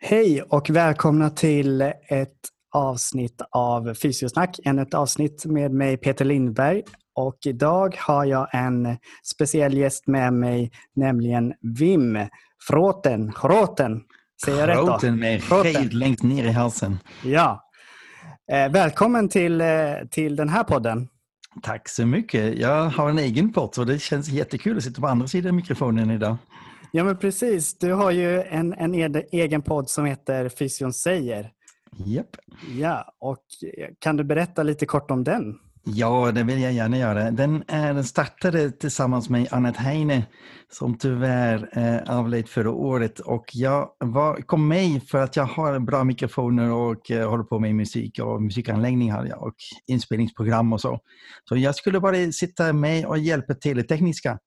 Hej och välkomna till ett avsnitt av Fysiosnack, ett avsnitt med mig Peter Lindberg. Och idag har jag en speciell gäst med mig, nämligen Wim Groten. Säger jag rätt då? Groten med G längst ner i halsen. Ja. Välkommen till den här podden. Tack så mycket. Jag har en egen podd och det känns jättekul att sitta på andra sidan mikrofonen idag. Ja, men precis. Du har ju en egen podd som heter Fysion säger. Japp. Ja, och kan du berätta lite kort om den? Ja, det vill jag gärna göra. Den startade tillsammans med Annette Heine som tyvärr avled förra året. Och jag kom med för att jag har bra mikrofoner och håller på med musik och musikanläggning har jag och inspelningsprogram och så. Så jag skulle bara sitta med och hjälpa till det tekniska.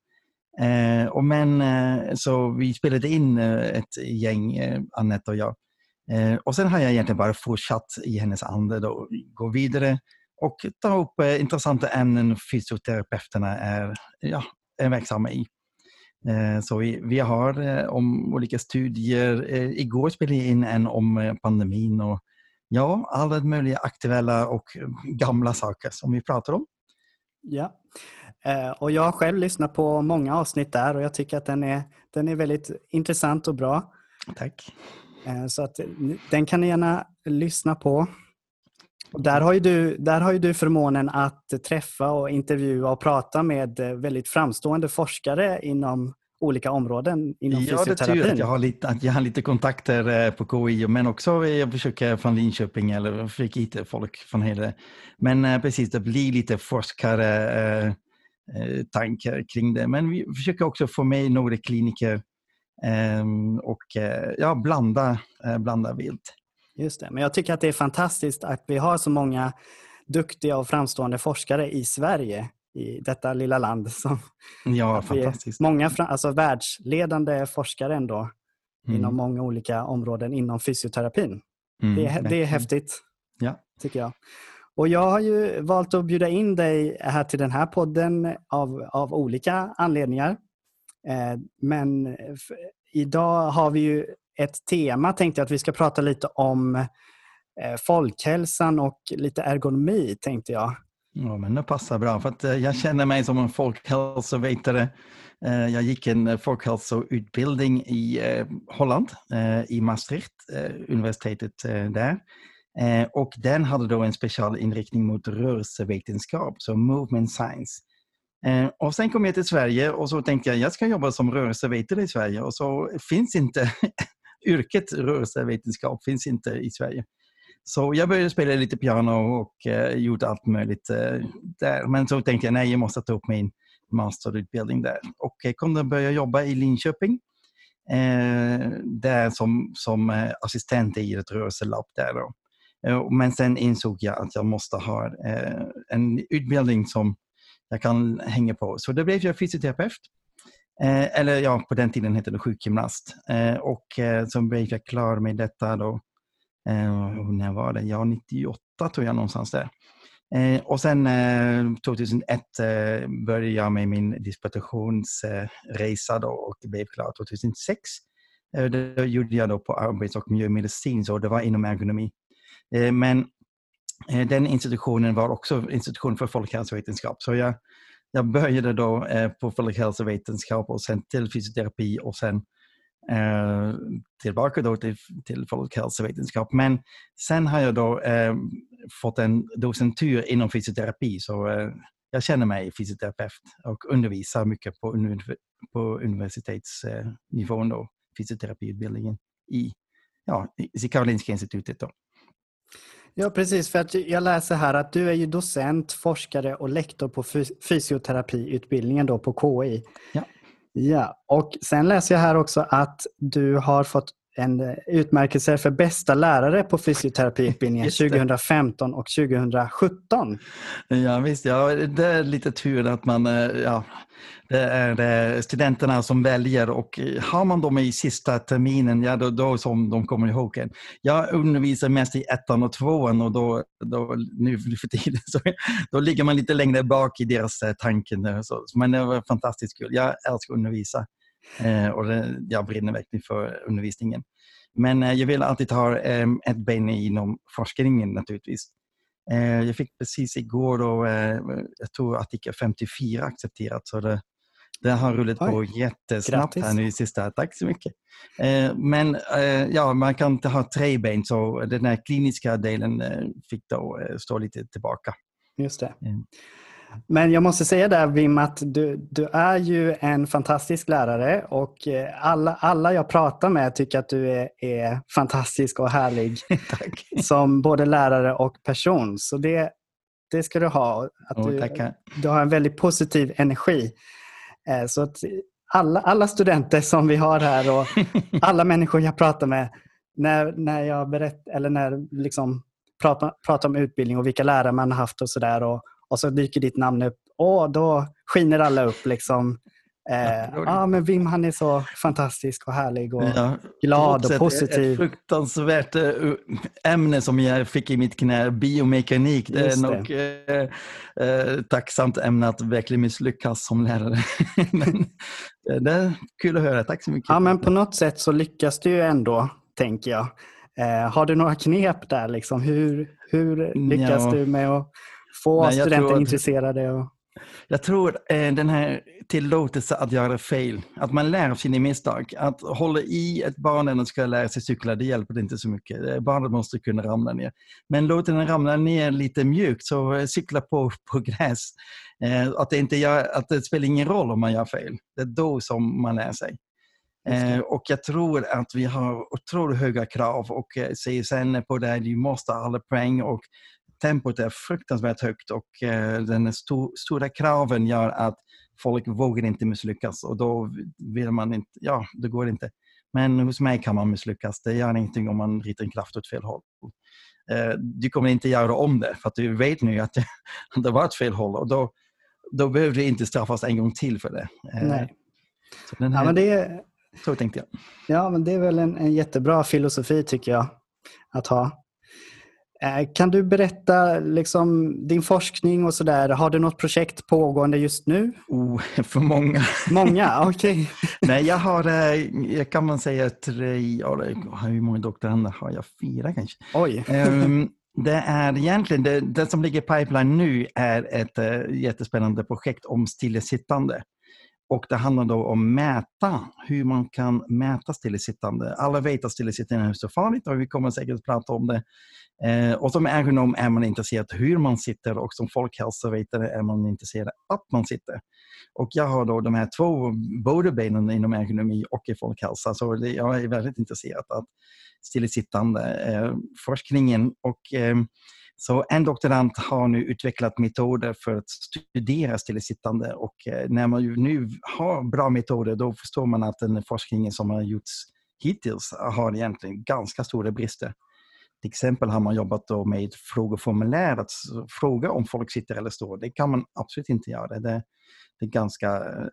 Så vi spelade in ett gäng, Annette och jag. Och sen har jag egentligen bara fortsatt i hennes ande då, gå vidare och ta upp intressanta ämnen fysioterapeuterna är verksamma i. Så vi har om olika studier. Igår spelade jag in en om pandemin och alla möjliga aktuella och gamla saker som vi pratar om. Ja, och jag har själv lyssnat på många avsnitt där och jag tycker att den är väldigt intressant och bra. Tack. Så att den kan ni gärna lyssna på. Och där har ju du förmånen att träffa och intervjua och prata med väldigt framstående forskare inom olika områden inom fysioterapin. Det tur att jag har lite kontakter på KI, men också jag försöker från Linköping eller försöker hitta folk från hela. Men precis, det blir lite forskare tankar kring det. Men vi försöker också få med några kliniker och blanda vilt. Just det, men jag tycker att det är fantastiskt att vi har så många duktiga och framstående forskare i Sverige, i detta lilla land. Fantastiskt. Många världsledande forskare ändå inom många olika områden inom fysioterapin. Det är häftigt, tycker jag. Och jag har ju valt att bjuda in dig här till den här podden av olika anledningar. Men idag har vi ju ett tema, tänkte jag att vi ska prata lite om folkhälsan och lite ergonomi, tänkte jag. Ja, men det passar bra för att jag känner mig som en folkhälsovetare. Jag gick en folkhälsoutbildning i Holland, i Maastricht, universitetet där. Och den hade då en specialinriktning mot rörelsevetenskap, så movement science. Och sen kom jag till Sverige och så tänkte jag ska jobba som rörelsevetare i Sverige och så finns inte yrket rörelsevetenskap finns inte i Sverige. Så jag började spela lite piano och gjorde allt möjligt där. Men så tänkte jag jag måste ta upp min masterutbildning där. Och jag kunde börja jobba i Linköping där som assistent i ett rörelselabb där då. Men sen insåg jag att jag måste ha en utbildning som jag kan hänga på. Så då blev jag fysioterapeut. På den tiden hette det sjukgymnast. Och så blev jag klar med detta då. När var det? 98 tror jag någonstans där. Och sen 2001 började jag med min disputationsresa då och blev klar 2006. Det gjorde jag då på arbets- och miljömedicin, så det var inom ergonomi. Men den institutionen var också institution för folkhälsovetenskap. Så jag började då på folkhälsovetenskap och sen till fysioterapi och sen tillbaka då till folkhälsovetenskap. Men sen har jag då fått en docentur inom fysioterapi, så jag känner mig fysioterapeut och undervisar mycket på universitetsnivån då, fysioterapiutbildningen i Karolinska institutet då. Ja, precis. För att jag läser här att du är ju docent, forskare och lektor på fysioterapiutbildningen då på KI. Ja, och sen läser jag här också att du har fått en utmärkelse för bästa lärare på fysioterapiutbildningen 2015 och 2017. Ja visst, det är lite tur att man, det är studenterna som väljer och har man dem i sista terminen, då som de kommer ihåg en. Jag undervisar mest i 1:an och 2:an och då nu för tiden så då ligger man lite längre bak i deras tanken. Men det var fantastiskt kul. Jag älskar att undervisa Och jag brinner verkligen för undervisningen. Men jag vill alltid ha ett ben inom forskningen naturligtvis. Jag fick precis igår då, jag tror artikel 54 accepterat, så det har rullat på jättesnabbt. Grattis. Här nu i sista. Tack så mycket. Men man kan inte ha 3 ben, så den här kliniska delen fick då stå lite tillbaka. Just det. Men jag måste säga där, Wim, att du är ju en fantastisk lärare, och alla jag pratar med tycker att du är fantastisk och härlig. Tack. Som både lärare och person. Så det ska du ha. Att du har en väldigt positiv energi. Så att alla studenter som vi har här och alla människor jag pratar med, när jag berättar eller när liksom pratar om utbildning och vilka lärare man har haft och sådär, och så dyker ditt namn upp, då skiner alla upp liksom. Men Wim, han är så fantastisk och härlig och glad och positiv. Ett fruktansvärt ämne som jag fick i mitt knä, biomekanik. Det är nog tacksamt ämne att verkligen misslyckas som lärare. Men det är kul att höra, tack så mycket. Ja, men på något sätt så lyckas du ju ändå, tänker jag. Har du några knep där liksom? Hur lyckas du med att få studenter intresserade? Jag tror den här tillåtelse att göra fel, att man lär av sina misstag, att hålla i ett barn när de ska lära sig cykla, det hjälper inte så mycket. Barnet måste kunna ramla ner. Men låt den ramla ner lite mjukt, så cykla på gräs. Att det spelar ingen roll om man gör fel. Det är då som man lär sig. Och jag tror att vi har otroligt höga krav, och CSN på det, du måste ha alla poäng, och tempot är fruktansvärt högt, och den stora kraven gör att folk vågar inte misslyckas, och då vill man inte, det går inte. Men hos mig kan man misslyckas, det gör ingenting om man ritar en kraft åt fel håll. Du kommer inte göra om det, för att du vet nu att det var ett fel håll, och då behöver du inte straffas en gång till för det. Nej. Så tänkte jag. Ja, men det är väl en jättebra filosofi, tycker jag, att ha. Kan du berätta liksom din forskning och sådär? Har du något projekt pågående just nu? För många. Många, okej. Nej, jag kan man säga 3, hur många doktorander har jag? 4 kanske. Oj. Det är egentligen, det som ligger i pipeline nu är ett jättespännande projekt om stillasittande. Och det handlar då om hur man kan mäta stillasittande. Alla vet att stillasittande är så farligt, och vi kommer säkert att prata om det. Och som ergonom är man intresserad hur man sitter, och som folkhälsovetare är man intresserad att man sitter. Och jag har då de här 2 både benen inom ergonomi och i folkhälsa, så jag är väldigt intresserad av stillasittande forskningen. Och så en doktorand har nu utvecklat metoder för att studera stillasittande, och när man ju nu har bra metoder, då förstår man att den forskningen som har gjorts hittills har egentligen ganska stora brister. Till exempel har man jobbat då med frågeformulär, att fråga om folk sitter eller står. Det kan man absolut inte göra. Det är ganska,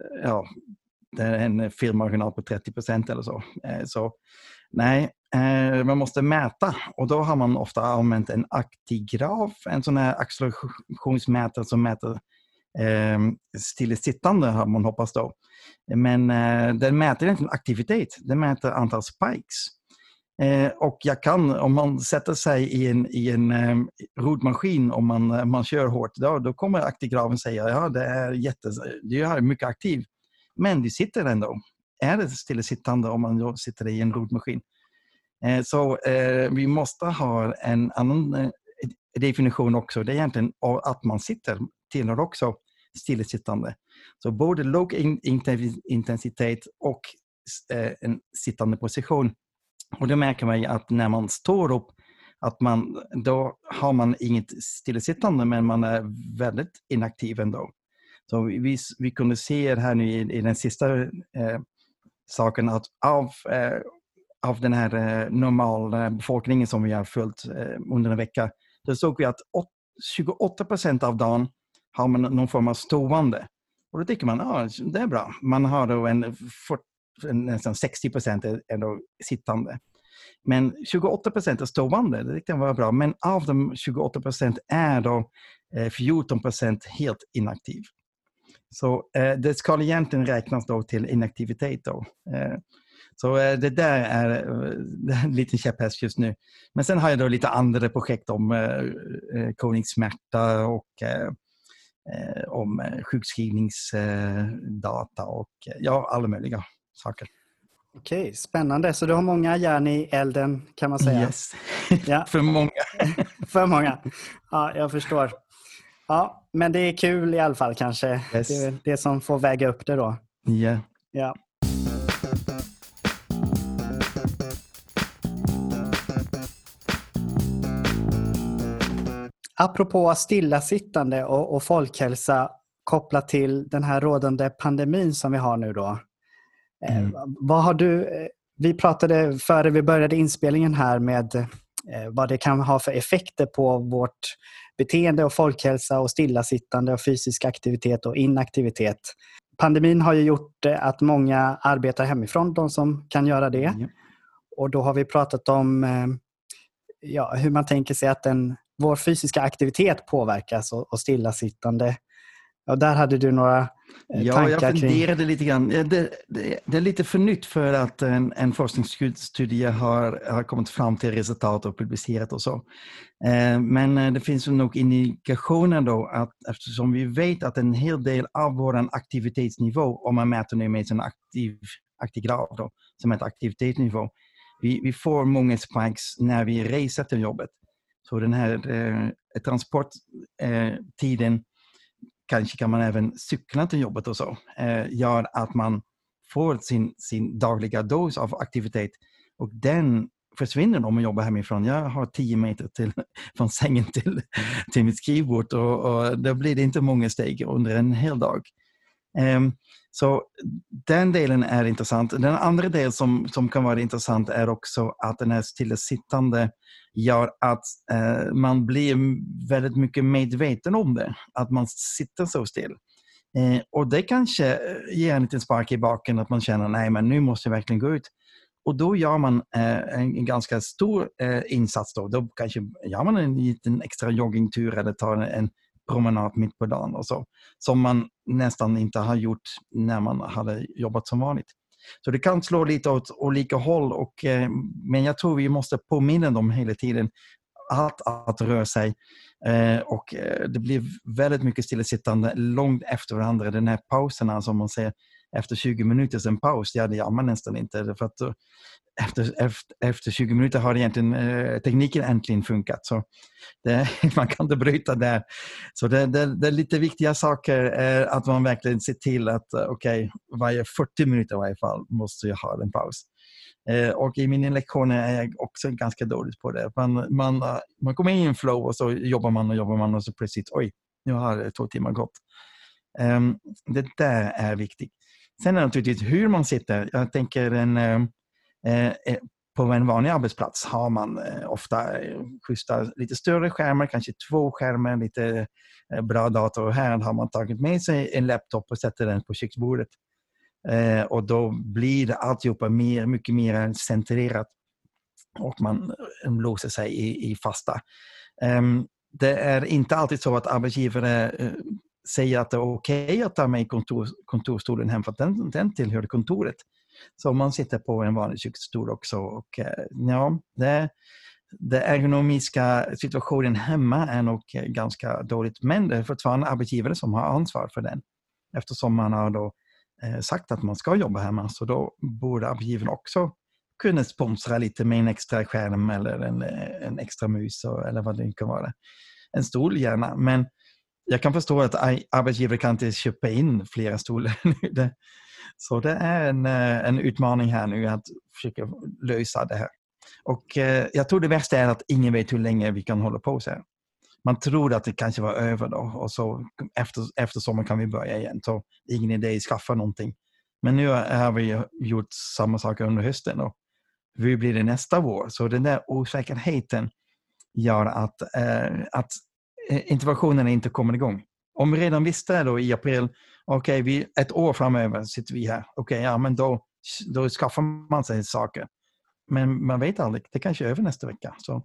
det är en felmarginal på 30% eller så. Så nej, man måste mäta, och då har man ofta använt en aktigraf, en sån här accelerationsmätare som mäter stillasittande, har man hoppas då. Men den mäter inte aktivitet, den mäter antal spikes. Och om man sätter sig i en rodmaskin, om man kör hårt, då kommer aktigrafen säga, du är mycket aktiv, men du sitter ändå. Är det stillasittande om man sitter i en rodmaskin? Så vi måste ha en annan definition också. Det är egentligen att man sitter tillhör också stillasittande. Så både låg intensitet och en sittande position. Och det märker man att när man står upp, att då har man inget stillasittande, men man är väldigt inaktiv ändå. Så vi kunde se här nu i den sista saken att av den här normala befolkningen som vi har följt under en vecka, då såg vi att 28% av dagen har man någon form av stående. Och då tycker man, det är bra. Man har då nästan 60% är då sittande. Men 28% är stående, det kan vara bra. Men av de 28% är då 14% helt inaktiv. Så det ska egentligen räknas då till inaktivitet då. Så det där är en liten käpphäst just nu. Men sen har jag då lite andra projekt om kodningssmärta och om sjukskrivningsdata och alla möjliga saker. Okej, spännande. Så du har många järn i elden kan man säga? Yes, ja. För många. För många, ja jag förstår. Ja, men det är kul i alla fall kanske. Yes. Det är väl det som får väga upp det då. Yeah. Ja. Apropå stillasittande och folkhälsa kopplat till den här rådande pandemin som vi har nu då. Vad har du, vi pratade före vi började inspelningen här med vad det kan ha för effekter på vårt beteende och folkhälsa och stillasittande och fysisk aktivitet och inaktivitet. Pandemin har ju gjort att många arbetar hemifrån, de som kan göra det. Och då har vi pratat om hur man tänker sig att vår fysiska aktivitet påverkas och stillasittande. Och där hade du några tankar jag funderade lite grann. Det är lite för nytt för att en forskningsstudie har kommit fram till resultat och publicerat och så. Men det finns nog indikationer då att eftersom vi vet att en hel del av vår aktivitetsnivå, om man mäter nu med en aktiv grad då, som är ett aktivitetsnivå, vi får många spikes när vi reser till jobbet. Så den här transporttiden, kanske kan man även cykla till jobbet och så, gör att man får sin dagliga dos av aktivitet och den försvinner om man jobbar hemifrån. Jag har 10 meter från sängen till mitt skrivbord och då blir det inte många steg under en hel dag. Så den delen är intressant. Den andra delen som kan vara intressant är också att den här stillasittande gör att man blir väldigt mycket medveten om det. Att man sitter så still. Och det kanske ger en liten spark i baken att man känner nej men nu måste jag verkligen gå ut. Och då gör man en ganska stor insats då. Då kanske gör man en liten extra joggingtur eller tar en promenad mitt på dagen och så. Som man nästan inte har gjort när man hade jobbat som vanligt. Så det kan slå lite åt olika håll men jag tror vi måste påminna dem hela tiden att röra sig. Och det blir väldigt mycket stillasittande långt efter varandra. Den här pauserna som man säger efter 20 minuter sen paus, det gör man nästan inte. För att efter 20 minuter har egentligen tekniken äntligen funkat. Så man kan inte bryta där. Så det är lite viktiga saker att man verkligen ser till att varje 40 minuter i varje fall måste jag ha en paus. Och i mina lektioner är jag också ganska dålig på det. Man kommer in i en flow och så jobbar man och så precis, nu har 2 timmar gått. Det där är viktigt. Sen är det naturligtvis hur man sitter. Jag tänker på en vanlig arbetsplats har man ofta schyssta lite större skärmar, kanske 2 skärmar, lite bra dator. Och här har man tagit med sig en laptop och sätter den på köksbordet. Och då blir det alltihopa mycket mer centrerat och man låser sig i fasta. Det är inte alltid så att arbetsgivare säger att det är okej att ta med kontorstolen hem för att den tillhör kontoret. Så man sitter på en vanlig köksstol också. Och det ergonomiska situationen hemma är nog ganska dåligt. Men det är fortfarande arbetsgivare som har ansvar för den. Eftersom man har då sagt att man ska jobba hemma, så då borde arbetsgivaren också kunna sponsra lite med en extra skärm eller en extra mus eller vad det kan vara. En stol gärna, men jag kan förstå att arbetsgivare kan inte köpa in flera stolar nu. Så det är en utmaning här nu att försöka lösa det här. Och jag tror det värsta är att ingen vet hur länge vi kan hålla på så här. Man tror att det kanske var över då och så efter sommaren kan vi börja igen. Så det är ingen idé att skaffa någonting. Men nu har vi gjort samma sak under hösten och hur blir det nästa vår? Så den där osäkerheten gör att interventionen inte kommer igång. Om vi redan visste då i april, vi 1 år framöver sitter vi här. Men då skaffar man sig saker. Men man vet aldrig, det kanske är över nästa vecka. Så.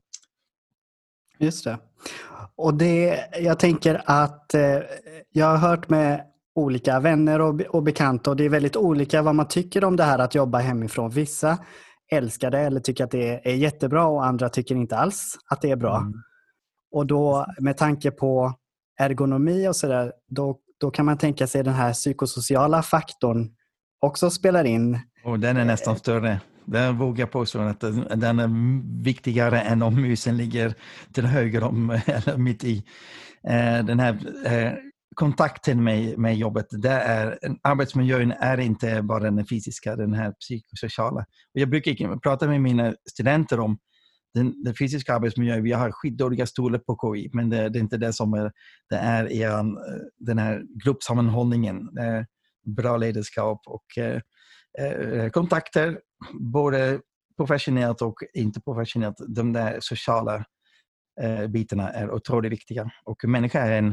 Just det. Och jag tänker att jag har hört med olika vänner och bekanta, och det är väldigt olika vad man tycker om det här att jobba hemifrån. Vissa älskar det eller tycker att det är jättebra, och andra tycker inte alls att det är bra. Och då med tanke på ergonomi och sådär, då kan man tänka sig den här psykosociala faktorn också spelar in. Och den är nästan större. Där vågar jag påstå att den är viktigare än om musen ligger till höger om eller mitt i. Den här kontakten med jobbet, arbetsmiljön är inte bara den fysiska, den här psykosociala. Och jag brukar prata med mina studenter om den fysiska arbetsmiljön. Vi har skitdåliga stolar på KI, men det är inte det som det är den här gruppsammanhållningen, bra ledarskap och kontakter, både professionellt och inte professionellt. De där sociala bitarna är otroligt viktiga. Och människa är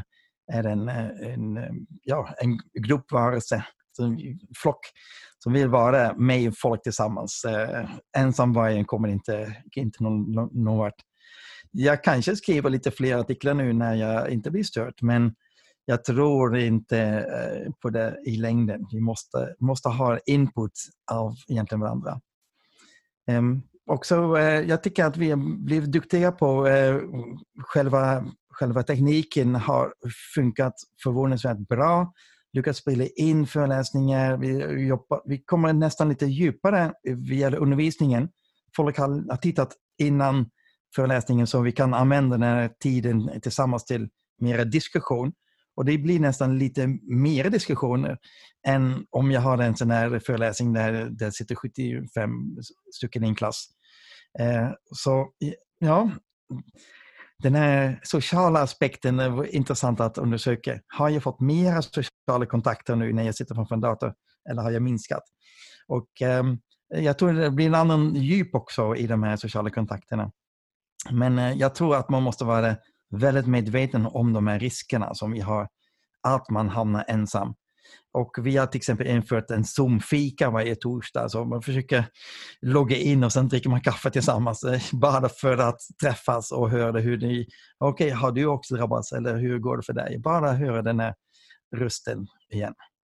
en gruppvarelse, en flock som vill vara med folk tillsammans. Ensamvargen kommer inte någon vart. Jag kanske skriver lite fler artiklar nu när jag inte blir stört, men jag tror inte på det i längden. Vi måste ha input av egentligen varandra. Också, jag tycker att vi har blivit duktiga på själva tekniken har funkat förvånansvärt bra. Lyckats spela in föreläsningar. Vi kommer nästan lite djupare via undervisningen. Folk har tittat innan föreläsningen så vi kan använda den här tiden tillsammans till mer diskussion. Och det blir nästan lite mer diskussioner än om jag har en sån här föreläsning där det sitter 75 stycken i en klass. Så ja, den här sociala aspekten är intressant att undersöka. Har jag fått mera sociala kontakter nu när jag sitter framför en dator, eller har jag minskat? Och jag tror det blir en annan djup också i de här sociala kontakterna. Men jag tror att man måste vara väldigt medveten om de här riskerna som vi har, att man hamnar ensam. Och vi har till exempel infört en Zoom-fika varje torsdag. Så man försöker logga in och sen dricker man kaffe tillsammans. Bara för att träffas och höra hur ni... Okej, har du också drabbats? Eller hur går det för dig? Bara höra den här rösten igen.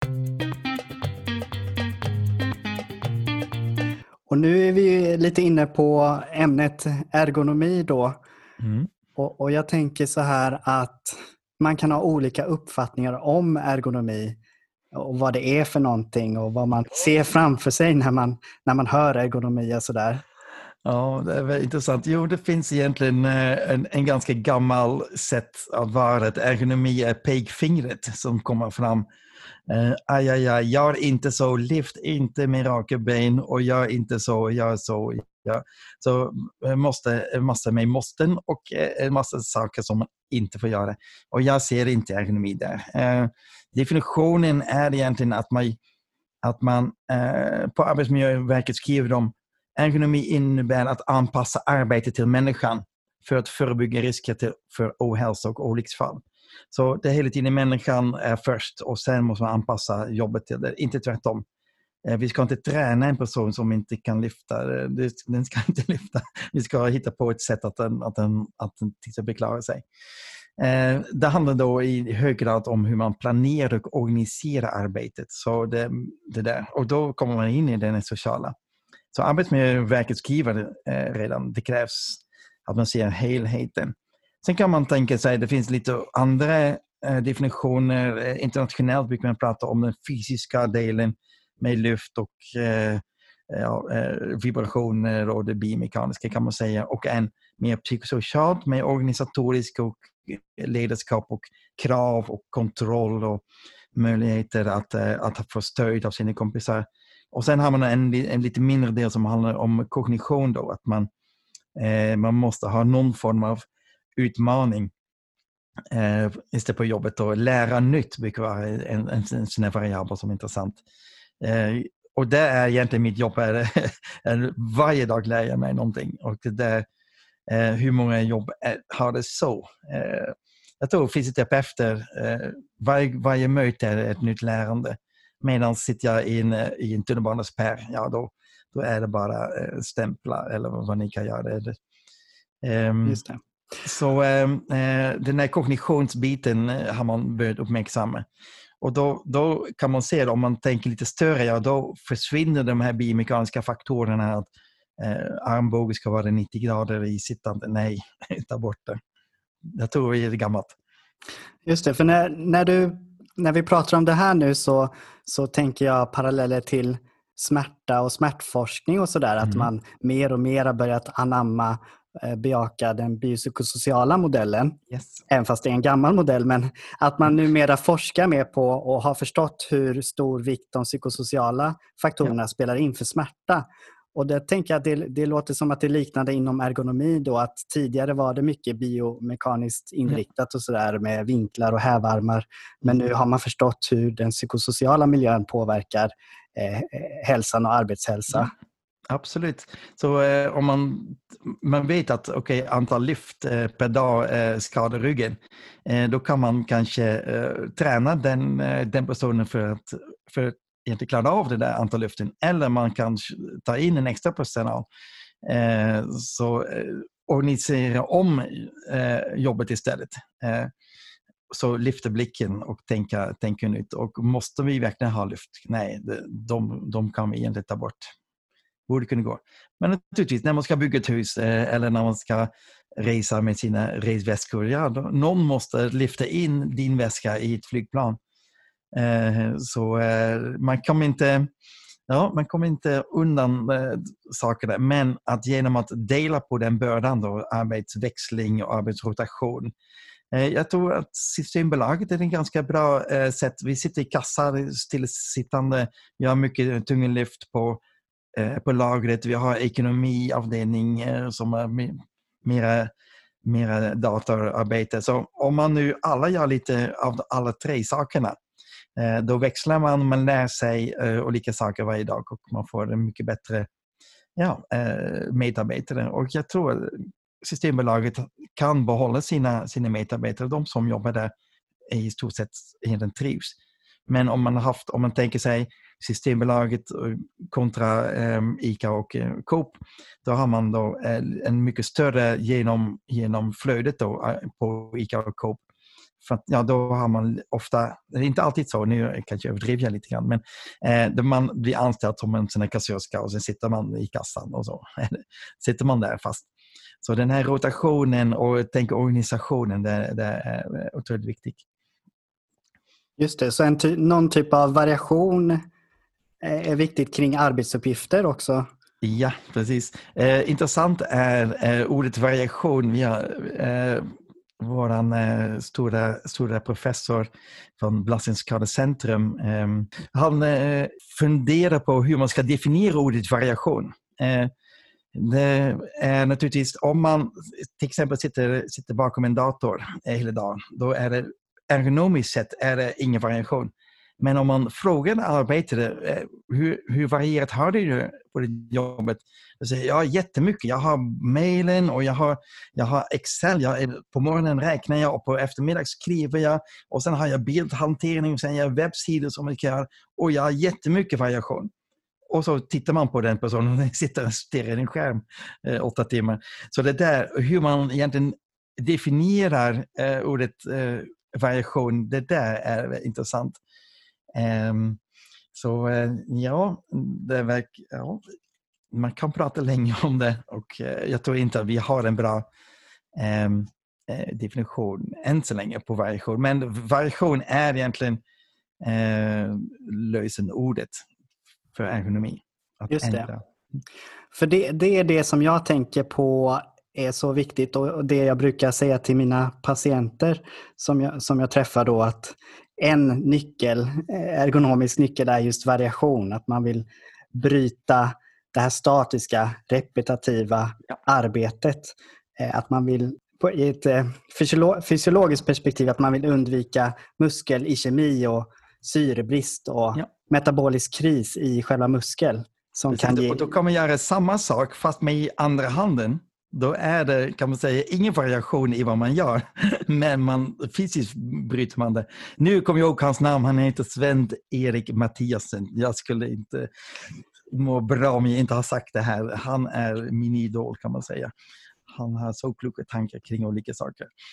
Och nu är vi lite inne på ämnet ergonomi då. Och jag tänker så här att man kan ha olika uppfattningar om ergonomi och vad det är för någonting och vad man ser framför sig när man hör ergonomi och sådär. Ja, det är väldigt intressant. Jo, det finns egentligen en ganska gammal sätt att vara att ergonomi är pekfingret som kommer fram. Gör inte så, lyft inte med raka ben och gör inte så, gör så. Ja. Så massa med måsten och en massa saker som man inte får göra. Och jag ser inte ergonomi där. Definitionen är egentligen att man på Arbetsmiljöverket skriver de ergonomi innebär att anpassa arbetet till människan för att förebygga risker för ohälsa och olycksfall. Så det är hela tiden människan är först och sen måste man anpassa jobbet till det, inte tvärtom. Vi ska inte träna en person som inte kan lyfta. Den ska inte lyfta. Vi ska hitta på ett sätt att den till exempel klarar sig. Det handlar då i hög grad om hur man planerar och organiserar arbetet. Så det där. Och då kommer man in i den sociala. Så Arbetsmiljöverket skriver redan. Det krävs att man ser helheten. Sen kan man tänka sig att det finns lite andra definitioner. Internationellt brukar man prata om den fysiska delen med luft och vibrationer och det biomekaniska kan man säga. Och en mer psykosocialt med organisatorisk och ledarskap och krav och kontroll och möjligheter att få stöd av sina kompisar. Och sen har man en lite mindre del som handlar om kognition då, att man måste ha någon form av utmaning istället på jobbet och lära nytt brukar vara en sån här variabel som är intressant. Och det är egentligen mitt jobb. Varje dag lär jag mig någonting. Och det där, hur många jobb har det så? Jag tror fysioterapeuter, varje möte är ett nytt lärande. Medan sitter jag i en tunnelbanespärr, ja då är det bara stämplar eller vad ni kan göra. Just det. Så den här kognitionsbiten har man börjat uppmärksamma. Och då kan man se, om man tänker lite större, då försvinner de här biomekaniska faktorerna att armbågen ska vara 90 grader i sittande. Nej, ta bort det. Jag tror vi är gammalt. Just det, för när vi pratar om det här nu så tänker jag paralleller till smärta och smärtforskning och sådär. Att man mer och mer har börjat anamma, bejaka den biopsykosociala modellen. Yes. Även fast det är en gammal modell, men att man numera forskar mer på och har förstått hur stor vikt de psykosociala faktorerna spelar in för smärta. Och det tänker jag att det låter som att det är liknande inom ergonomi då, att tidigare var det mycket biomekaniskt inriktat och sådär med vinklar och hävarmar. Men nu har man förstått hur den psykosociala miljön påverkar hälsan och arbetshälsa. Ja, absolut. Så om man vet att antal lyft per dag skadar ryggen, då kan man kanske träna den personen för att inte klara av det där antal lyften, eller man kan ta in en extra personal så organisera om jobbet istället, så lyfter blicken och tänka nytt. Och måste vi verkligen ha lyft? Nej, de kan vi egentligen ta bort. Borde kunna gå. Men naturligtvis när man ska bygga ett hus eller när man ska resa med sina resväskor, någon måste lyfta in din väska i ett flygplan. Så man kommer inte undan sakerna, men att genom att dela på den bördan då, arbetsväxling och arbetsrotation. Jag tror att Systembolaget är en ganska bra sätt. Vi sitter i kassar stillasittande, vi har mycket tunga lyft på lagret, vi har ekonomiavdelning som är mera datorarbete. Så om man nu alla gör lite av alla tre sakerna, då växlar man lär sig olika saker varje dag och man får en mycket bättre medarbetare. Och jag tror Systembolaget kan behålla sina medarbetare. De som jobbar där är i stort sett egentligen trivs. Men om man tänker sig Systembolaget kontra ICA och Coop, då har man då en mycket större genom flödet då på ICA och Coop. För att, då har man ofta, det är inte alltid så, nu kanske jag överdriver lite grann, men där man blir anställd som en sån här kassörska och sen sitter man i kassan och så. Sitter man där fast. Så den här rotationen och organisationen, det är otroligt viktigt. Just det, så någon typ av variation är viktigt kring arbetsuppgifter också. Ja, precis. Intressant är ordet variation. Vi har våran stora professor från Belastningsskadecentrum. Han funderar på hur man ska definiera ordet variation. Det är naturligtvis, om man till exempel sitter bakom en dator hela dagen, då är det ergonomiskt sett är det ingen variation. Men om man frågar en arbetare hur varierat har du på ditt jobbet? Då säger jag jättemycket. Jag har mailen och jag har Excel. På morgonen räknar jag och på eftermiddag skriver jag. Och sen har jag bildhantering och sen har jag webbsidor som jag gör. Och jag har jättemycket variation. Och så tittar man på den personen och sitter och stirrar i en skärm 8 timmar. Så det där, hur man egentligen definierar ordet variation, det där är intressant. Man kan prata länge om det och jag tror inte att vi har en bra definition än så länge på variation. Men variation är egentligen lösenordet för ergonomi. Just det. För det är det som jag tänker på är så viktigt och det jag brukar säga till mina patienter som jag träffar då, att en ergonomisk nyckel är just variation. Att man vill bryta det här statiska, repetitiva arbetet. Att man vill, i ett fysiologiskt perspektiv, att man vill undvika muskelischemi och syrebrist och metabolisk kris i själva muskel. Och då kan man göra samma sak fast med i andra handen. Då är det, kan man säga, ingen variation i vad man gör. Men fysiskt bryter man det. Nu kommer jag ihåg hans namn. Han heter Sven-Erik Mattiasen. Jag skulle inte må bra om jag inte har sagt det här. Han är min idol, kan man säga. Han har så kloka tankar kring olika saker.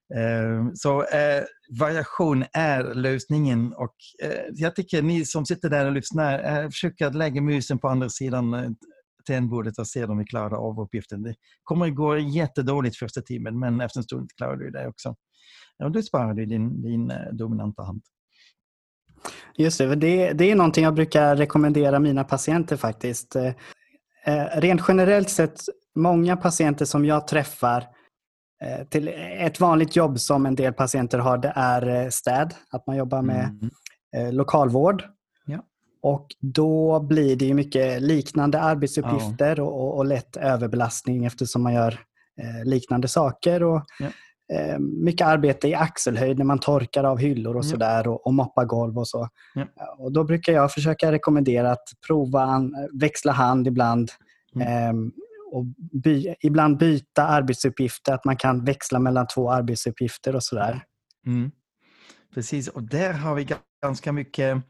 Så variation är lösningen och jag tycker ni som sitter där och lyssnar försöker att lägga musen på andra sidan tangentbordet och se om vi klarar av uppgiften. Det kommer att gå jättedåligt första timmen, men efter en stund klarar du det också. Och då sparar du din dominanta hand. Just det är någonting jag brukar rekommendera mina patienter faktiskt. Rent generellt sett, många patienter som jag träffar till ett vanligt jobb som en del patienter har, det är städ. Att man jobbar med lokalvård. Ja. Och då blir det ju mycket liknande arbetsuppgifter och lätt överbelastning eftersom man gör liknande saker. Och mycket arbete i axelhöjd när man torkar av hyllor och sådär och moppar golv och så. Ja. Och då brukar jag försöka rekommendera att prova växla hand ibland. Och ibland byta arbetsuppgifter, att man kan växla mellan 2 arbetsuppgifter och sådär. Precis, och där har vi ganska mycket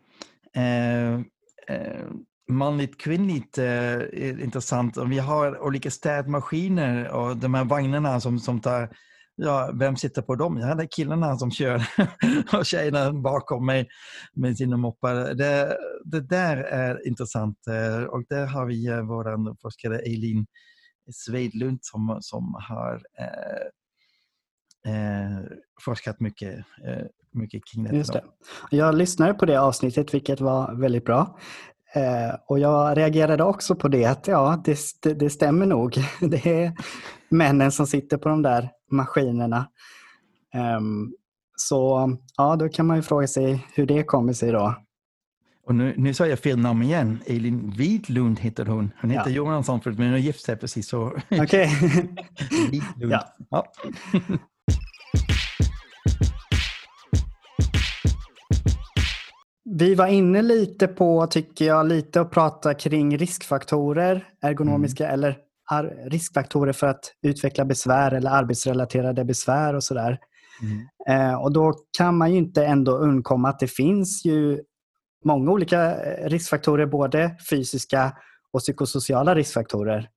manligt kvinnligt intressant. Och vi har olika städmaskiner och de här vagnarna som tar, vem sitter på dem? Ja, det är killarna som kör och tjejerna bakom mig med sina moppar. Det där är intressant och där har vi vår forskare Eileen Svedlund som har forskat mycket kring det. Just det. Jag lyssnade på det avsnittet, vilket var väldigt bra. Och jag reagerade också på det att det stämmer nog. Det är männen som sitter på de där maskinerna. Så då kan man ju fråga sig hur det kommer sig då. Och nu sa jag fel namn igen. Eileen Widlund heter hon. Hon heter Johansson förut, men hon har gift sig precis så. Okej. Widlund. Ja. Vi var inne lite på, tycker jag, att prata kring riskfaktorer, ergonomiska eller riskfaktorer för att utveckla besvär eller arbetsrelaterade besvär och sådär. Och då kan man ju inte ändå undkomma att det finns ju många olika riskfaktorer, både fysiska och psykosociala riskfaktorer.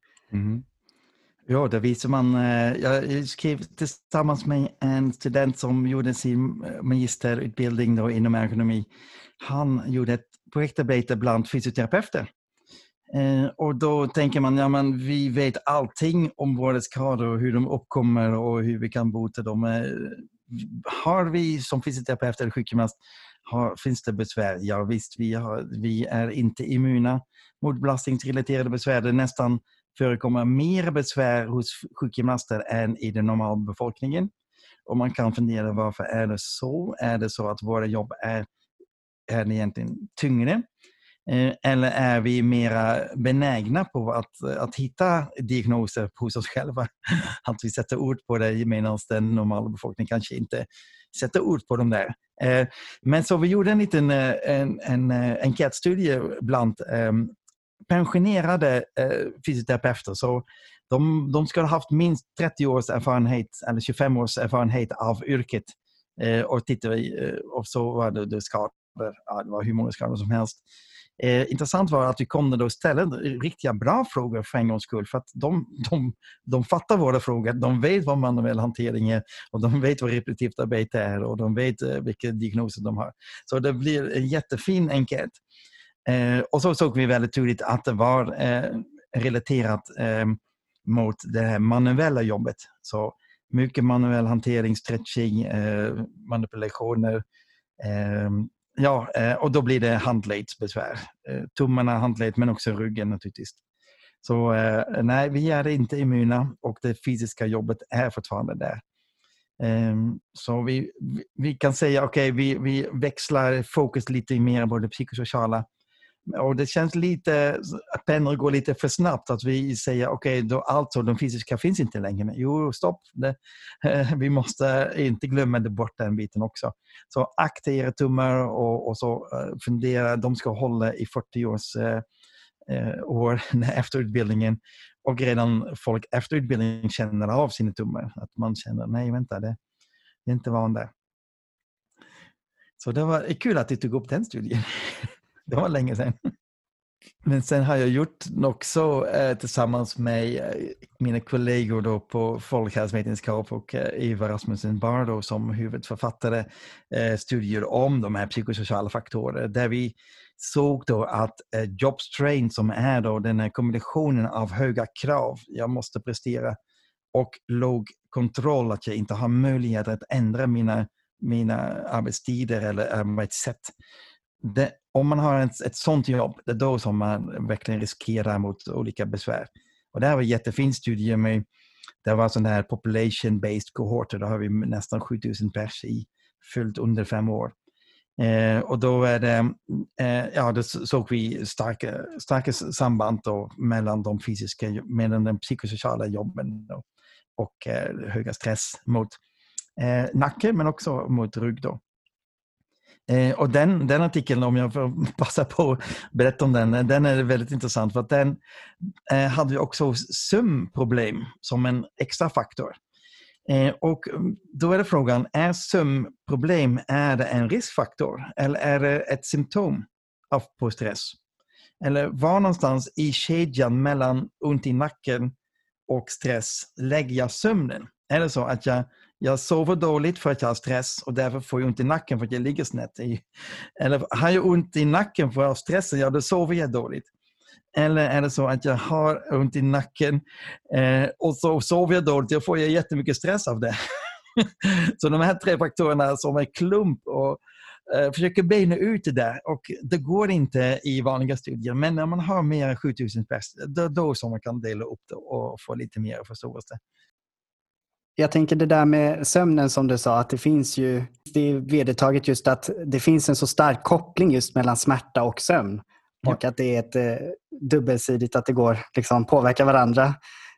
Ja, det visar man. Jag skrev tillsammans med en student som gjorde sin magisterutbildning då inom ergonomi. Han gjorde ett projektarbete bland fysioterapeuter. Och då tänker man, vi vet allting om våra skador och hur de uppkommer och hur vi kan bota dem. Har vi som fysioterapeuter eller sjukgymnast, finns det besvär? Ja visst, vi är inte immuna mot belastningsrelaterade besvär. Det nästan förekommer mer besvär hos sjukgymnaster än i den normala befolkningen. Och man kan fundera, varför är det så? Är det så att våra jobb är egentligen tyngre? Eller är vi mera benägna på att hitta diagnoser hos oss själva? Att vi sätter ord på det medan den normala befolkningen kanske inte sätter ord på dem där. Men så vi gjorde en liten enkätstudie bland pensionerade fysioterapeuter. Så de ska ha haft minst 30 års erfarenhet eller 25 års erfarenhet av yrket. Och tittade vi, och så var det skador. Det var hur många skador som helst. Intressant var att vi kunde då ställa riktiga bra frågor för en gångs skull, för att de fattar våra frågor, de vet vad manuell hantering är och de vet vad repetitivt arbete är och de vet vilka diagnoser de har. Så det blir en jättefin enkät. Och så såg vi väldigt tydligt att det var relaterat mot det här manuella jobbet. Så mycket manuell hantering, stretching, manipulationer. Och då blir det handledsbesvär. Tummarna, handled, men också ryggen naturligtvis. Så nej, vi är inte immuna och det fysiska jobbet är fortfarande där. Så vi kan säga, vi växlar fokus lite mer på det psykosociala. Och det känns lite att pendeln går lite för snabbt, att vi säger då alltså de fysiska finns inte längre. Jo, stopp. Vi måste inte glömma det bort den biten också. Så akta era tummar och så fundera, de ska hålla i 40 år efter utbildningen. Och redan folk efter utbildningen känner av sina tummar. Att man känner, nej vänta, det är inte van där. Så det var kul att du tog upp den studien. Det var länge sedan. Men sen har jag gjort också tillsammans med mina kollegor då på folkhälsovetenskap och Eva Rasmussen Barr då, som huvudförfattare studier om de här psykosociala faktorer, där vi såg då att job strain, som är då den här kombinationen av höga krav, jag måste prestera, och låg kontroll, att jag inte har möjlighet att ändra mina arbetstider eller arbetssätt. Om man har ett sånt jobb, det är då som man verkligen riskerar mot olika besvär. Och det här var en jättefin studie med, det var sån här population-based kohorter, då har vi nästan 7000 pers i följt under 5 år. Och då är det, då såg vi starka samband då mellan den psykosociala jobben då, och höga stress mot nacke, men också mot rygg då. Och den artikeln, om jag får passa på att berätta om den är väldigt intressant, för att den hade också sömnproblem som en extra faktor. Och då är det frågan, är sömnproblem, är det en riskfaktor eller är det ett symptom på stress? Eller var någonstans i kedjan mellan ont i nacken och stress lägger jag sömnen? Är det så att jag sover dåligt för att jag har stress och därför får jag ont i nacken för att jag ligger snett? Eller har jag ont i nacken för att jag har stress, ja, då sover jag dåligt. Eller är det så att jag har ont i nacken och så sover jag dåligt och får jag jättemycket stress av det? Så de här 3 faktorerna som är klump och försöker bena ut det där, och det går inte i vanliga studier, men när man har mer än 7000 pers, då som man kan dela upp det och få lite mer förståelse. Jag tänker det där med sömnen som du sa, att det är vedertaget just att det finns en så stark koppling just mellan smärta och sömn. Ja. Och att det är ett dubbelsidigt, att det går liksom påverka varandra.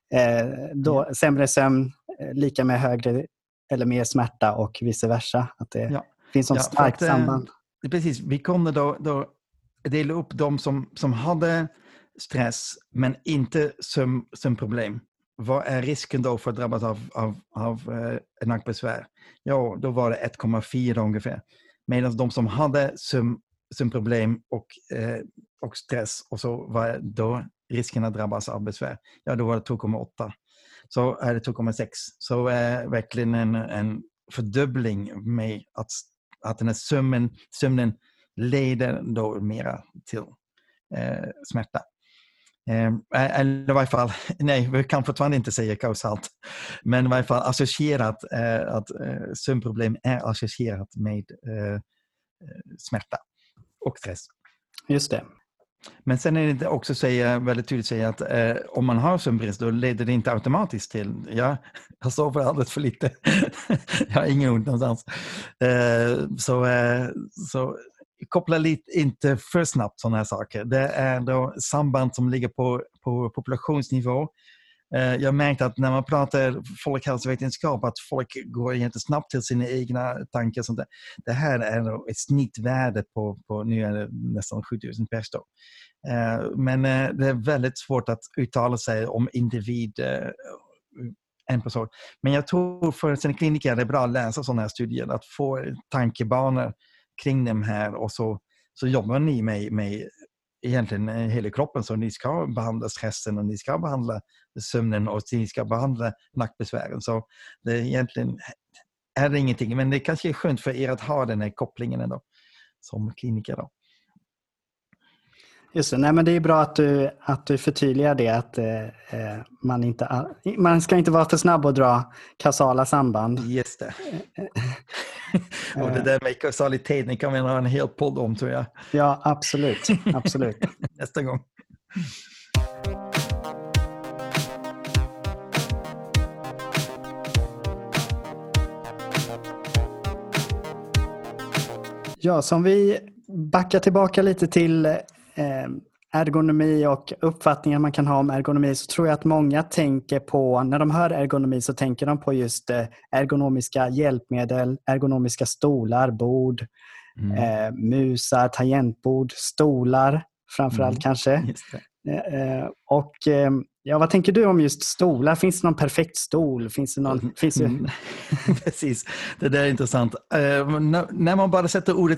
Sämre sömn lika med högre eller mer smärta och vice versa. Att det finns ett starkt samband. Precis, vi kommer då dela upp de som hade stress men inte sömnproblem. Vad är risken då för att drabbas av nackbesvär? Ja, då var det 1,4 ungefär. Medan de som hade sömnproblem och stress, och så var då risken att drabbas av besvär, ja, då var det 2,8. Så är det 2,6. Så är verkligen en fördubbling med att den här sömnen leder då mera till smärta. Eller i varje fall, nej, vi kan fortfarande inte säga kausalt, men i varje fall associerat, att sömnproblem är associerat med smärta och stress. Just det. Men sen är det också väldigt tydligt säga att om man har sömnbrist, då leder det inte automatiskt till jag sover alldeles för lite. Jag har ingen ont någonstans. Så koppla lite inte för snabbt sådana här saker. Det är då samband som ligger på populationsnivå. Jag märkte att när man pratar folkhälsovetenskap, att folk går jättesnabbt till sina egna tankar. Sånt där. Det här är ett snittvärde på nu är det nästan 7000 pers då. Men det är väldigt svårt att uttala sig om individ, en person. Men jag tror för sina kliniker är det bra att läsa sådana här studier, att få tankebanor kring dem här, och så jobbar ni med egentligen hela kroppen, så ni ska behandla stressen och ni ska behandla sömnen och ni ska behandla nackbesvären. Så det egentligen är det ingenting, men det kanske är skönt för er att ha den här kopplingen ändå som kliniker då. Just det. Nej, men det är bra att du förtydligar det, att man ska inte vara för snabb att dra kausala samband. Just det. Och det där med kausaliteten kan vi ha en hel podd om, tror jag. Ja, absolut. Absolut. Nästa gång. Ja, som vi backar tillbaka lite till ergonomi och uppfattningar man kan ha om ergonomi, så tror jag att många tänker på, när de hör ergonomi så tänker de på just ergonomiska hjälpmedel, ergonomiska stolar, bord, musar, tangentbord, stolar framförallt kanske. Ja, vad tänker du om just stolar? Finns det någon perfekt stol? Finns det någon... Precis, det där är intressant. När man bara sätter ordet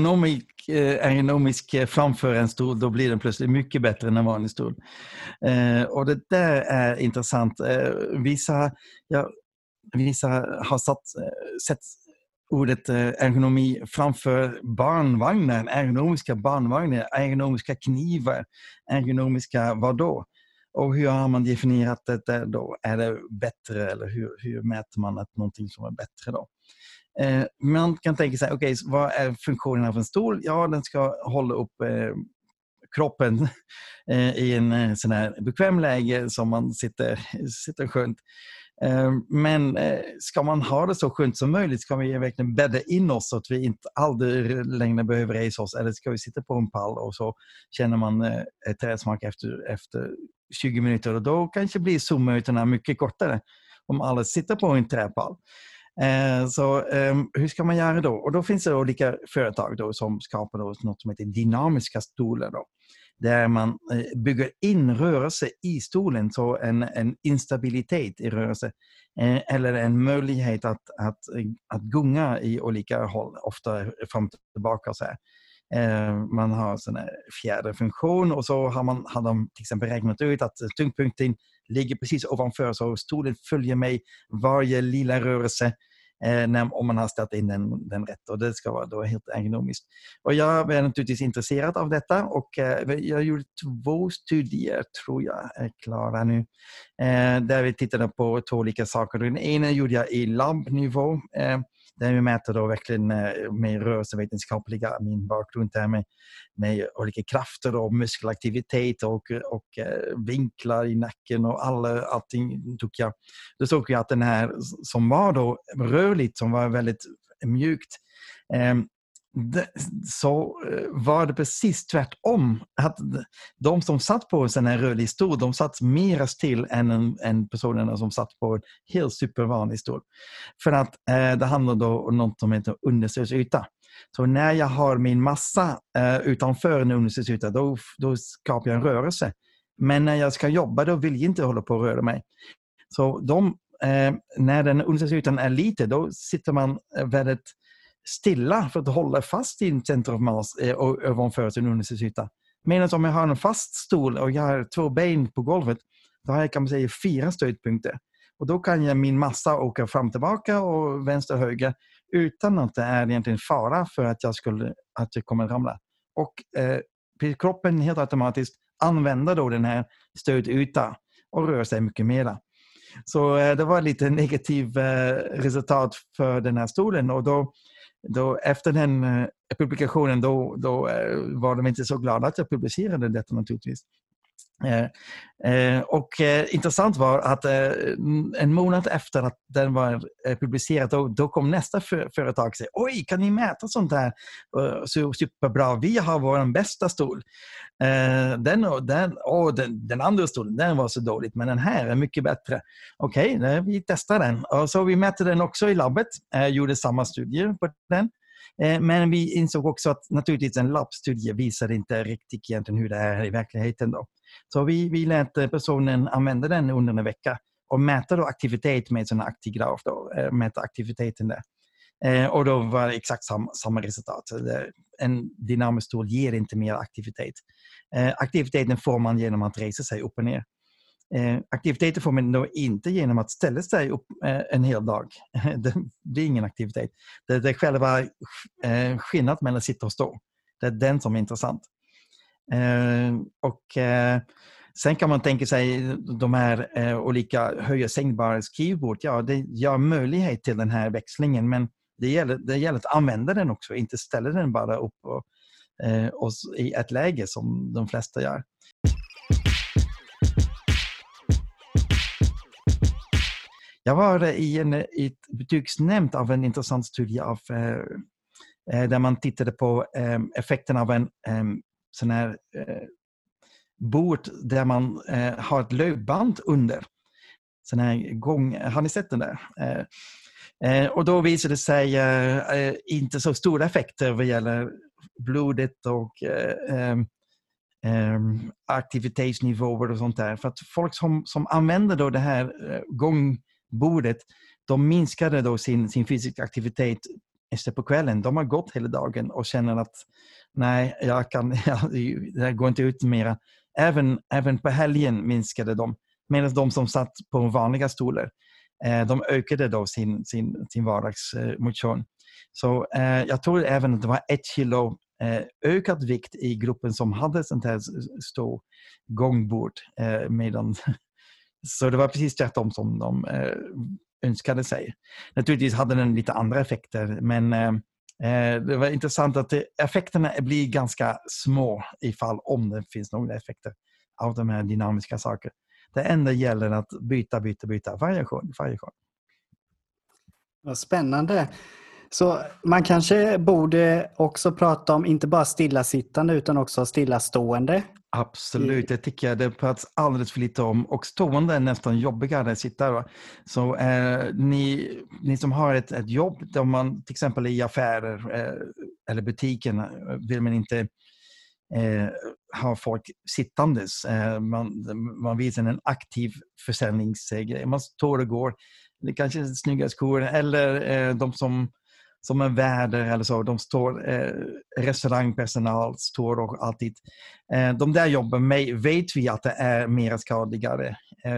ergonomisk framför en stol, då blir den plötsligt mycket bättre än en vanlig stol. Och det där är intressant. Vissa har sett ordet ergonomi framför barnvagnar, ergonomiska barnvagnar, ergonomiska knivar, ergonomiska vadå? Och hur har man definierat det då? Är det bättre eller hur mäter man att någonting som är bättre då? Man kan tänka sig, okej, vad är funktionen av en stol? Ja, den ska hålla upp kroppen i en sån här bekväm läge som man sitter skönt. Men ska man ha det så skönt som möjligt, ska vi verkligen bädda in oss så att vi inte aldrig längre behöver resa oss, eller ska vi sitta på en pall och så känner man trädsmak efter 20 minuter, och då kanske blir zoom-mötena mycket kortare om alla sitter på en träpall. Så hur ska man göra då? Och då finns det olika företag då som skapar då något som heter dynamiska stolar då, där man bygger in rörelse i stolen, så en instabilitet i rörelse eller en möjlighet att gunga i olika håll, ofta fram och tillbaka så här. Man har sån här fjäderfunktion, och så har de till exempel räknat ut att tyngdpunkten ligger precis ovanför, så stolen följer med varje lilla rörelse om man har ställt in den rätt, och det ska vara då helt ergonomiskt. Och jag är naturligtvis intresserad av detta, och jag gjorde 2 studier, tror jag är klara nu, där vi tittade på 2 olika saker. Den ena gjorde jag i labbnivå, där vi mäter då verkligen med rörelsevetenskapliga, min bakgrund där med olika krafter och muskelaktivitet och vinklar i nacken och allting tog jag. Då såg jag att den här som var då rörligt, som var väldigt mjukt, så var det precis tvärtom, att de som satt på en sån här rörlig stol, de satt mer still än personerna som satt på en helt supervanlig stol. För att det handlar då om något som heter understödsyta. Så när jag har min massa utanför en understödsyta, då skapar jag en rörelse. Men när jag ska jobba, då vill jag inte hålla på att röra mig. Så när den understödsytan är lite, då sitter man väldigt stilla för att hålla fast i center of mass och ovanför sin understödsyta. Medan om jag har en fast stol och jag har 2 ben på golvet, då har jag, kan man säga, 4 stödpunkter. Och då kan jag min massa åka fram och tillbaka och vänster och höger utan att det är egentligen fara för att jag kommer att ramla. Och kroppen helt automatiskt använder då den här stödytan och rör sig mycket mera. Så det var lite negativ resultat för den här stolen, och då efter den publikationen då var de inte så glada att jag publicerade detta naturligtvis. Och intressant var att en månad efter att den var publicerad, då kom nästa företag och sa: oj, kan ni mäta sånt här? Så superbra, vi har vår bästa stol. Den andra stolen, den var så dåligt, men den här är mycket bättre. Okej, vi testar den. Och så vi mätte den också i labbet, gjorde samma studier på den. Men vi insåg också att naturligtvis en labbstudie visar inte riktigt egentligen hur det är i verkligheten då. Så vi lät personen använda den under en vecka och mäta då aktivitet med sån aktigraf då, mäta aktiviteten där. Och då var det exakt samma resultat. En dynamisk stol ger inte mer aktivitet. Aktiviteten får man genom att resa sig upp och ner. Aktiviteter får man då inte genom att ställa sig upp en hel dag. Det är ingen aktivitet. Det är själva skillnaden mellan att sitta och stå. Det är den som är intressant. Sen kan man tänka sig de här olika höja sänkbara skrivbord. Ja, det ger möjlighet till den här växlingen, men det gäller att använda den också, inte ställa den bara upp och i ett läge som de flesta gör. Jag var i ett betygsnämnd av en intressant studie där man tittade på effekten av en sån här bord där man har ett lövband under. Sån här gång, har ni sett den där? Och då visade det sig inte så stora effekter vad gäller blodet och aktivitetsnivåer och sånt där. För att folk som använder då det här gångbordet, de minskade då sin fysiska aktivitet efter på kvällen. De har gått hela dagen och känner att nej, det här går inte ut mera. Även på helgen minskade de. Medan de som satt på vanliga stolar, de ökade då sin vardagsmotion. Så jag tror även att det var 1 kilo ökad vikt i gruppen som hade sånt här stå gångbord. Så det var precis tvärtom som de önskade sig. Naturligtvis hade den lite andra effekter, men det var intressant att effekterna blir ganska små om det finns några effekter av de här dynamiska sakerna. Det enda gäller att byta variation. Vad spännande. Så man kanske borde också prata om inte bara stillasittande utan också stillastående. Absolut, det tycker jag det pratas alldeles för lite om. Och stående är nästan jobbigare att sitta. Va? Så ni som har ett jobb där man till exempel i affärer eller butiken vill man inte ha folk sittandes. Man visar en aktiv försäljningsgrej. Man står och går. Det kanske är snygga skor eller de som är värdar eller så. De står, restaurangpersonal står och alltid. De där jobben vet vi att det är mer skadligare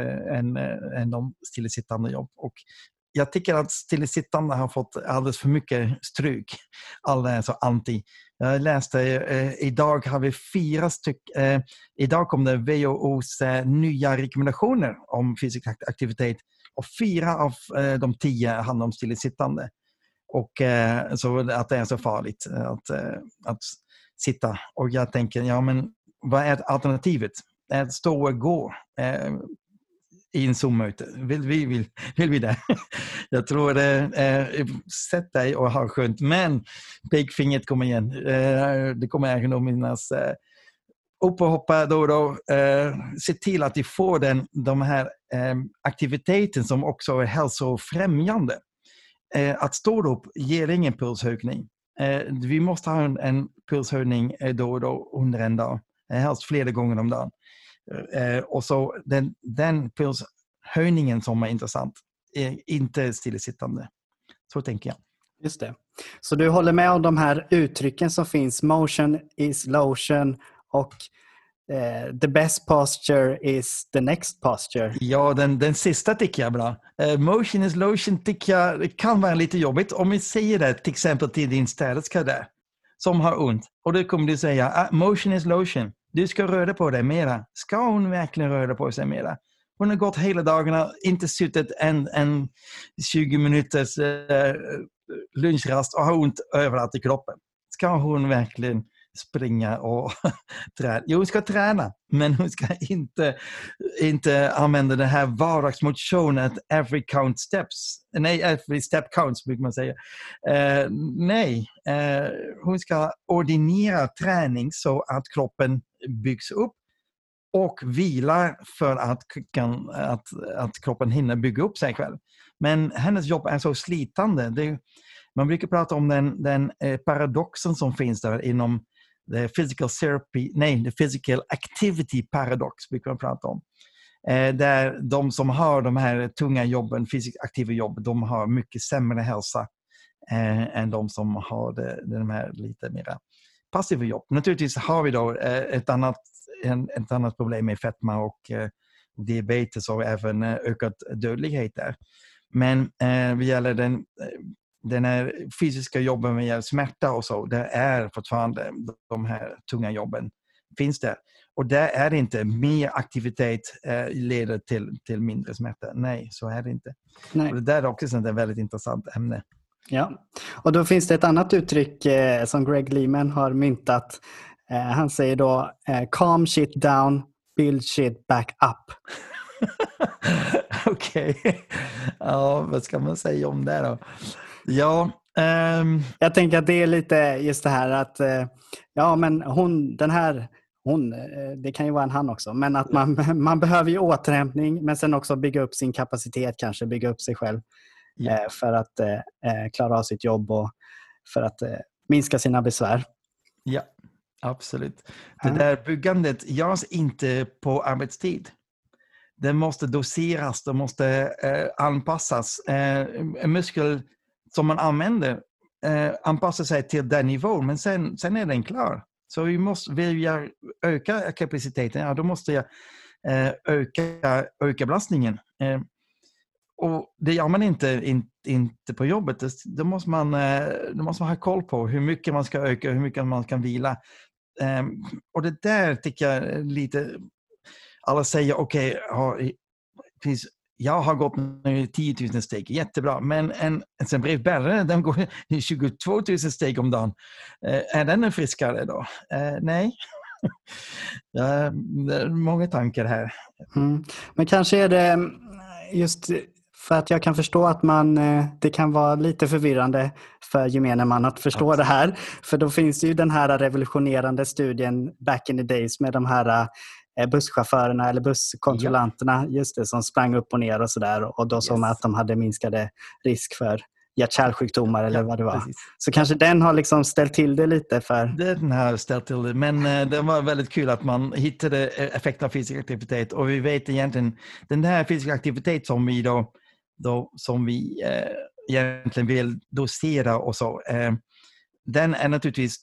än de stillasittande jobb. Och jag tycker att stillasittande har fått alldeles för mycket stryk. Alla är så anti. Jag läste idag har vi 4 stycken. Idag kom det WHO:s nya rekommendationer om fysisk aktivitet. Och 4 av de 10 handlar om stillasittande. Och så att det är så farligt att sitta. Och jag tänker, men vad är alternativet? Att stå och gå i en Zoom-möte. Vill vi det? Jag tror sätt dig och ha skönt. Men pekfingret kommer igen. Det kommer jag nog minnas. Upp och hoppa då och då. Se till att de får de här aktiviteten som också är hälsofrämjande. Att stå upp ger ingen pulshöjning. Vi måste ha en pulshöjning då och då under en dag. Helst flera gånger om dagen. Och så den pulshöjningen som är intressant är inte stillasittande. Så tänker jag. Just det. Så du håller med om de här uttrycken som finns. Motion is lotion och the best posture is the next posture. Ja, den sista tycker jag är bra. Motion is lotion tycker jag det kan vara lite jobbigt. Om vi säger det till exempel till din städerska där som har ont. Och då kommer du säga motion is lotion. Du ska röra på dig mera. Ska hon verkligen röra på sig mera? Hon har gått hela dagarna, inte suttit en 20 minuters lunchrast och har ont överallt i kroppen. Ska hon verkligen springa och träna? Jo, hon ska träna, men hon ska inte använda det här vardagsmotionen att every step counts, brukar man säga. Hon ska ordinera träning så att kroppen byggs upp och vila för att kroppen hinner bygga upp sig själv. Men hennes jobb är så slitande. Man brukar prata om den paradoxen som finns där inom the physical activity paradox brukar man prata om. Där de som har de här tunga jobben, fysiskt aktiva jobb, de har mycket sämre hälsa än de som har de här lite mer passiva jobb. Naturligtvis har vi då ett annat problem med fetma och diabetes och även ökad dödlighet där. Men vad gäller den här fysiska jobben med smärta och så, det är fortfarande de här tunga jobben finns där. Och där är det inte mer aktivitet leder till mindre smärta. Nej, så är det inte. Nej. Och det där är också ett väldigt intressant ämne. Ja, och då finns det ett annat uttryck som Greg Lehman har myntat. Han säger då calm shit down, build shit back up. Okej. Ja, vad ska man säga om det då? Ja, jag tänker att det är lite just det här att det kan ju vara en han också, men att man behöver ju återhämtning men sen också bygga upp sin kapacitet, kanske bygga upp sig själv för att klara av sitt jobb och för att minska sina besvär. Ja, Absolut. Det där byggandet görs inte på arbetstid. Det måste doseras, det måste anpassas. En muskel som man använder anpassar sig till den nivån, men sen är den klar. Så vill jag öka kapaciteten, ja, då måste jag öka belastningen. Och det gör man inte på jobbet. Då måste man ha koll på hur mycket man ska öka och hur mycket man kan vila. Och det där tycker jag lite... Alla säger okej, jag har gått nu 10 000 steg, jättebra. Men en brevbärare, den går 22 000 steg om dagen. Är den friskare då? Nej. Det är många tankar här. Men kanske är det just för att jag kan förstå att det kan vara lite förvirrande för gemene man att förstå det här. För då finns ju den här revolutionerande studien back in the days med de här busschaufförerna eller busskontrollanterna, just det, som sprang upp och ner och sådär. Och då såg man att de hade minskade risk för hjärt-kärlsjukdomar eller vad det var. Precis. Så kanske den har liksom ställt till det lite för... Den har ställt till det, men det var väldigt kul att man hittade effekten av fysisk aktivitet. Och vi vet egentligen, den här fysiska aktivitet som vi som vi egentligen vill dosera och så, den är naturligtvis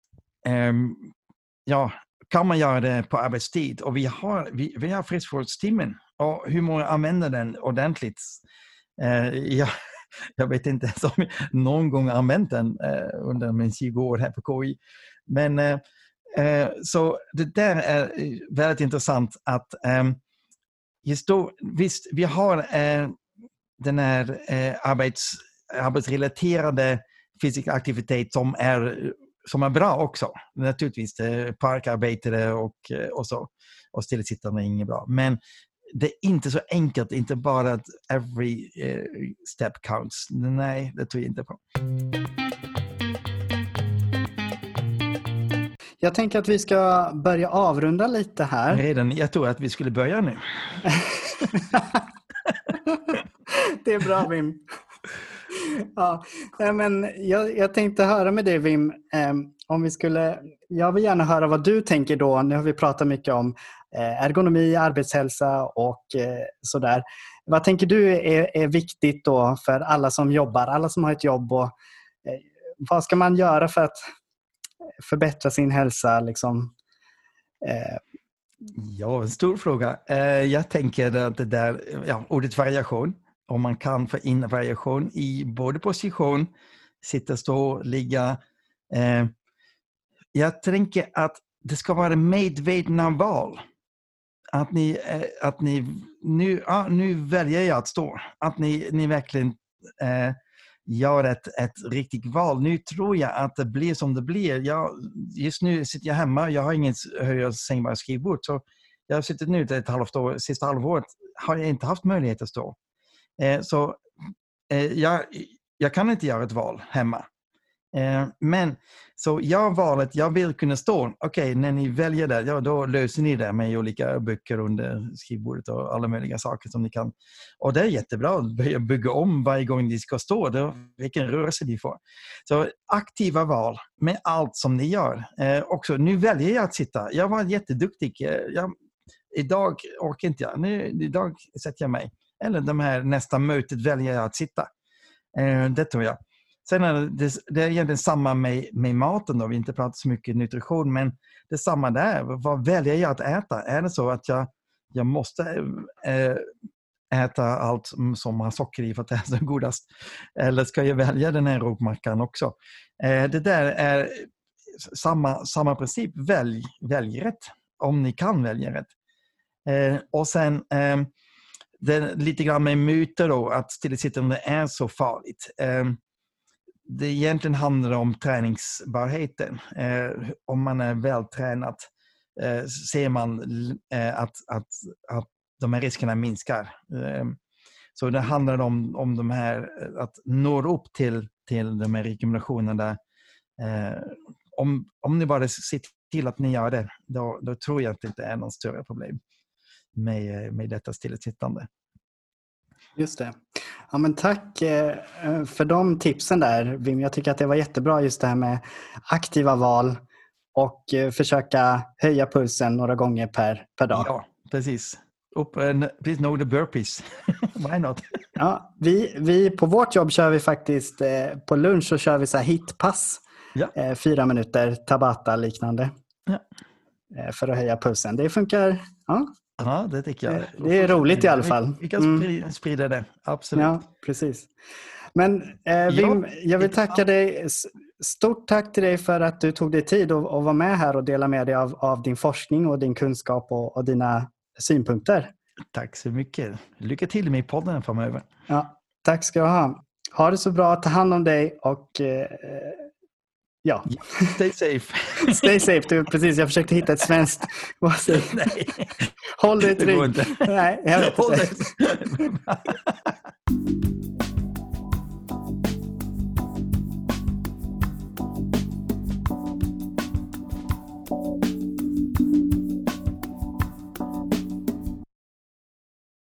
kan man göra det på arbetstid, och vi har friskvårdstimmen, och hur många använder den ordentligt? Jag vet inte om jag någon gång använt den under min 20 år här på KI, men så det där är väldigt intressant att just då, visst, vi har den här arbetsrelaterade fysisk aktivitet som är bra också. Naturligtvis parkarbetare och så. Och stillasittande är inget bra. Men det är inte så enkelt, inte bara att every step counts. Nej, det tror jag inte på. Jag tänker att vi ska börja avrunda lite här. Jag tror att vi skulle börja nu. Det är bra, Wim. Ja, men jag tänkte höra med dig, Wim, jag vill gärna höra vad du tänker då. Nu har vi pratat mycket om ergonomi, arbetshälsa och sådär. Vad tänker du är viktigt då för alla som jobbar, alla som har ett jobb, och vad ska man göra för att förbättra sin hälsa liksom? Ja, en stor fråga. Jag tänker att det där, ordet variation, om man kan få in variation i både position, sitta, stå, ligga. Jag tänker att det ska vara medvetna val. Att ni nu väljer jag att stå. Att ni verkligen gör ett riktigt val. Nu tror jag att det blir som det blir. Just nu sitter jag hemma. Jag har inget höjt sängbart skrivbord. Så jag har suttit nu ett halvt år. Sista halvåret har jag inte haft möjlighet att stå. Så jag kan inte göra ett val hemma. Men så jag vill kunna stå. Okej, när ni väljer det, då löser ni det med olika böcker under skrivbordet och alla möjliga saker som ni kan. Och det är jättebra att börja bygga om varje gång ni ska stå. Vilken rörelse ni får. Så aktiva val med allt som ni gör. Också, nu väljer jag att sitta. Jag var jätteduktig. Idag orkar inte jag. Idag sätter jag mig. Eller de här nästa mötet väljer jag att sitta. Det tror jag. Sen är det är egentligen samma med maten då. Vi inte pratar så mycket nutrition, men det är samma där. Vad väljer jag att äta? Är det så att jag måste äta allt som har socker i för att det är så godast? Eller ska jag välja den här rågmackan också? Det där är samma princip. Välj rätt. Om ni kan välja rätt. Och sen det lite grann med myter då, att stillasittande är så farligt. Det egentligen handlar om träningsbarheten. Om man är vältränad ser man att de här riskerna minskar. Så det handlar om de här, att nå upp till de här rekommendationerna. Om ni bara ser till att ni gör det, då tror jag att det inte är någon större problem med detta stillasittande. Just det. Ja, men tack för de tipsen där, Wim. Jag tycker att det var jättebra, just det här med aktiva val och försöka höja pulsen några gånger per dag. Ja, precis. Please know the burpees. Why not? Ja, vi på vårt jobb kör vi faktiskt på lunch så kör vi så här hitpass. 4 minuter Tabata liknande. Ja. För att höja pulsen. Det funkar. Ja, det tycker jag. Det är roligt i alla fall. Vi kan sprida det, absolut. Ja, precis. Men Wim, jag vill tacka dig. Stort tack till dig för att du tog dig tid att vara med här och dela med dig av din forskning och din kunskap och dina synpunkter. Tack så mycket. Lycka till med podden framöver. Ja, tack ska du ha. Ha det så bra, ta hand om dig och Stay safe. Stay safe, precis. Jag försökte hitta ett svenskt. Nej. Håll dig trygg. Nej, jag vet inte.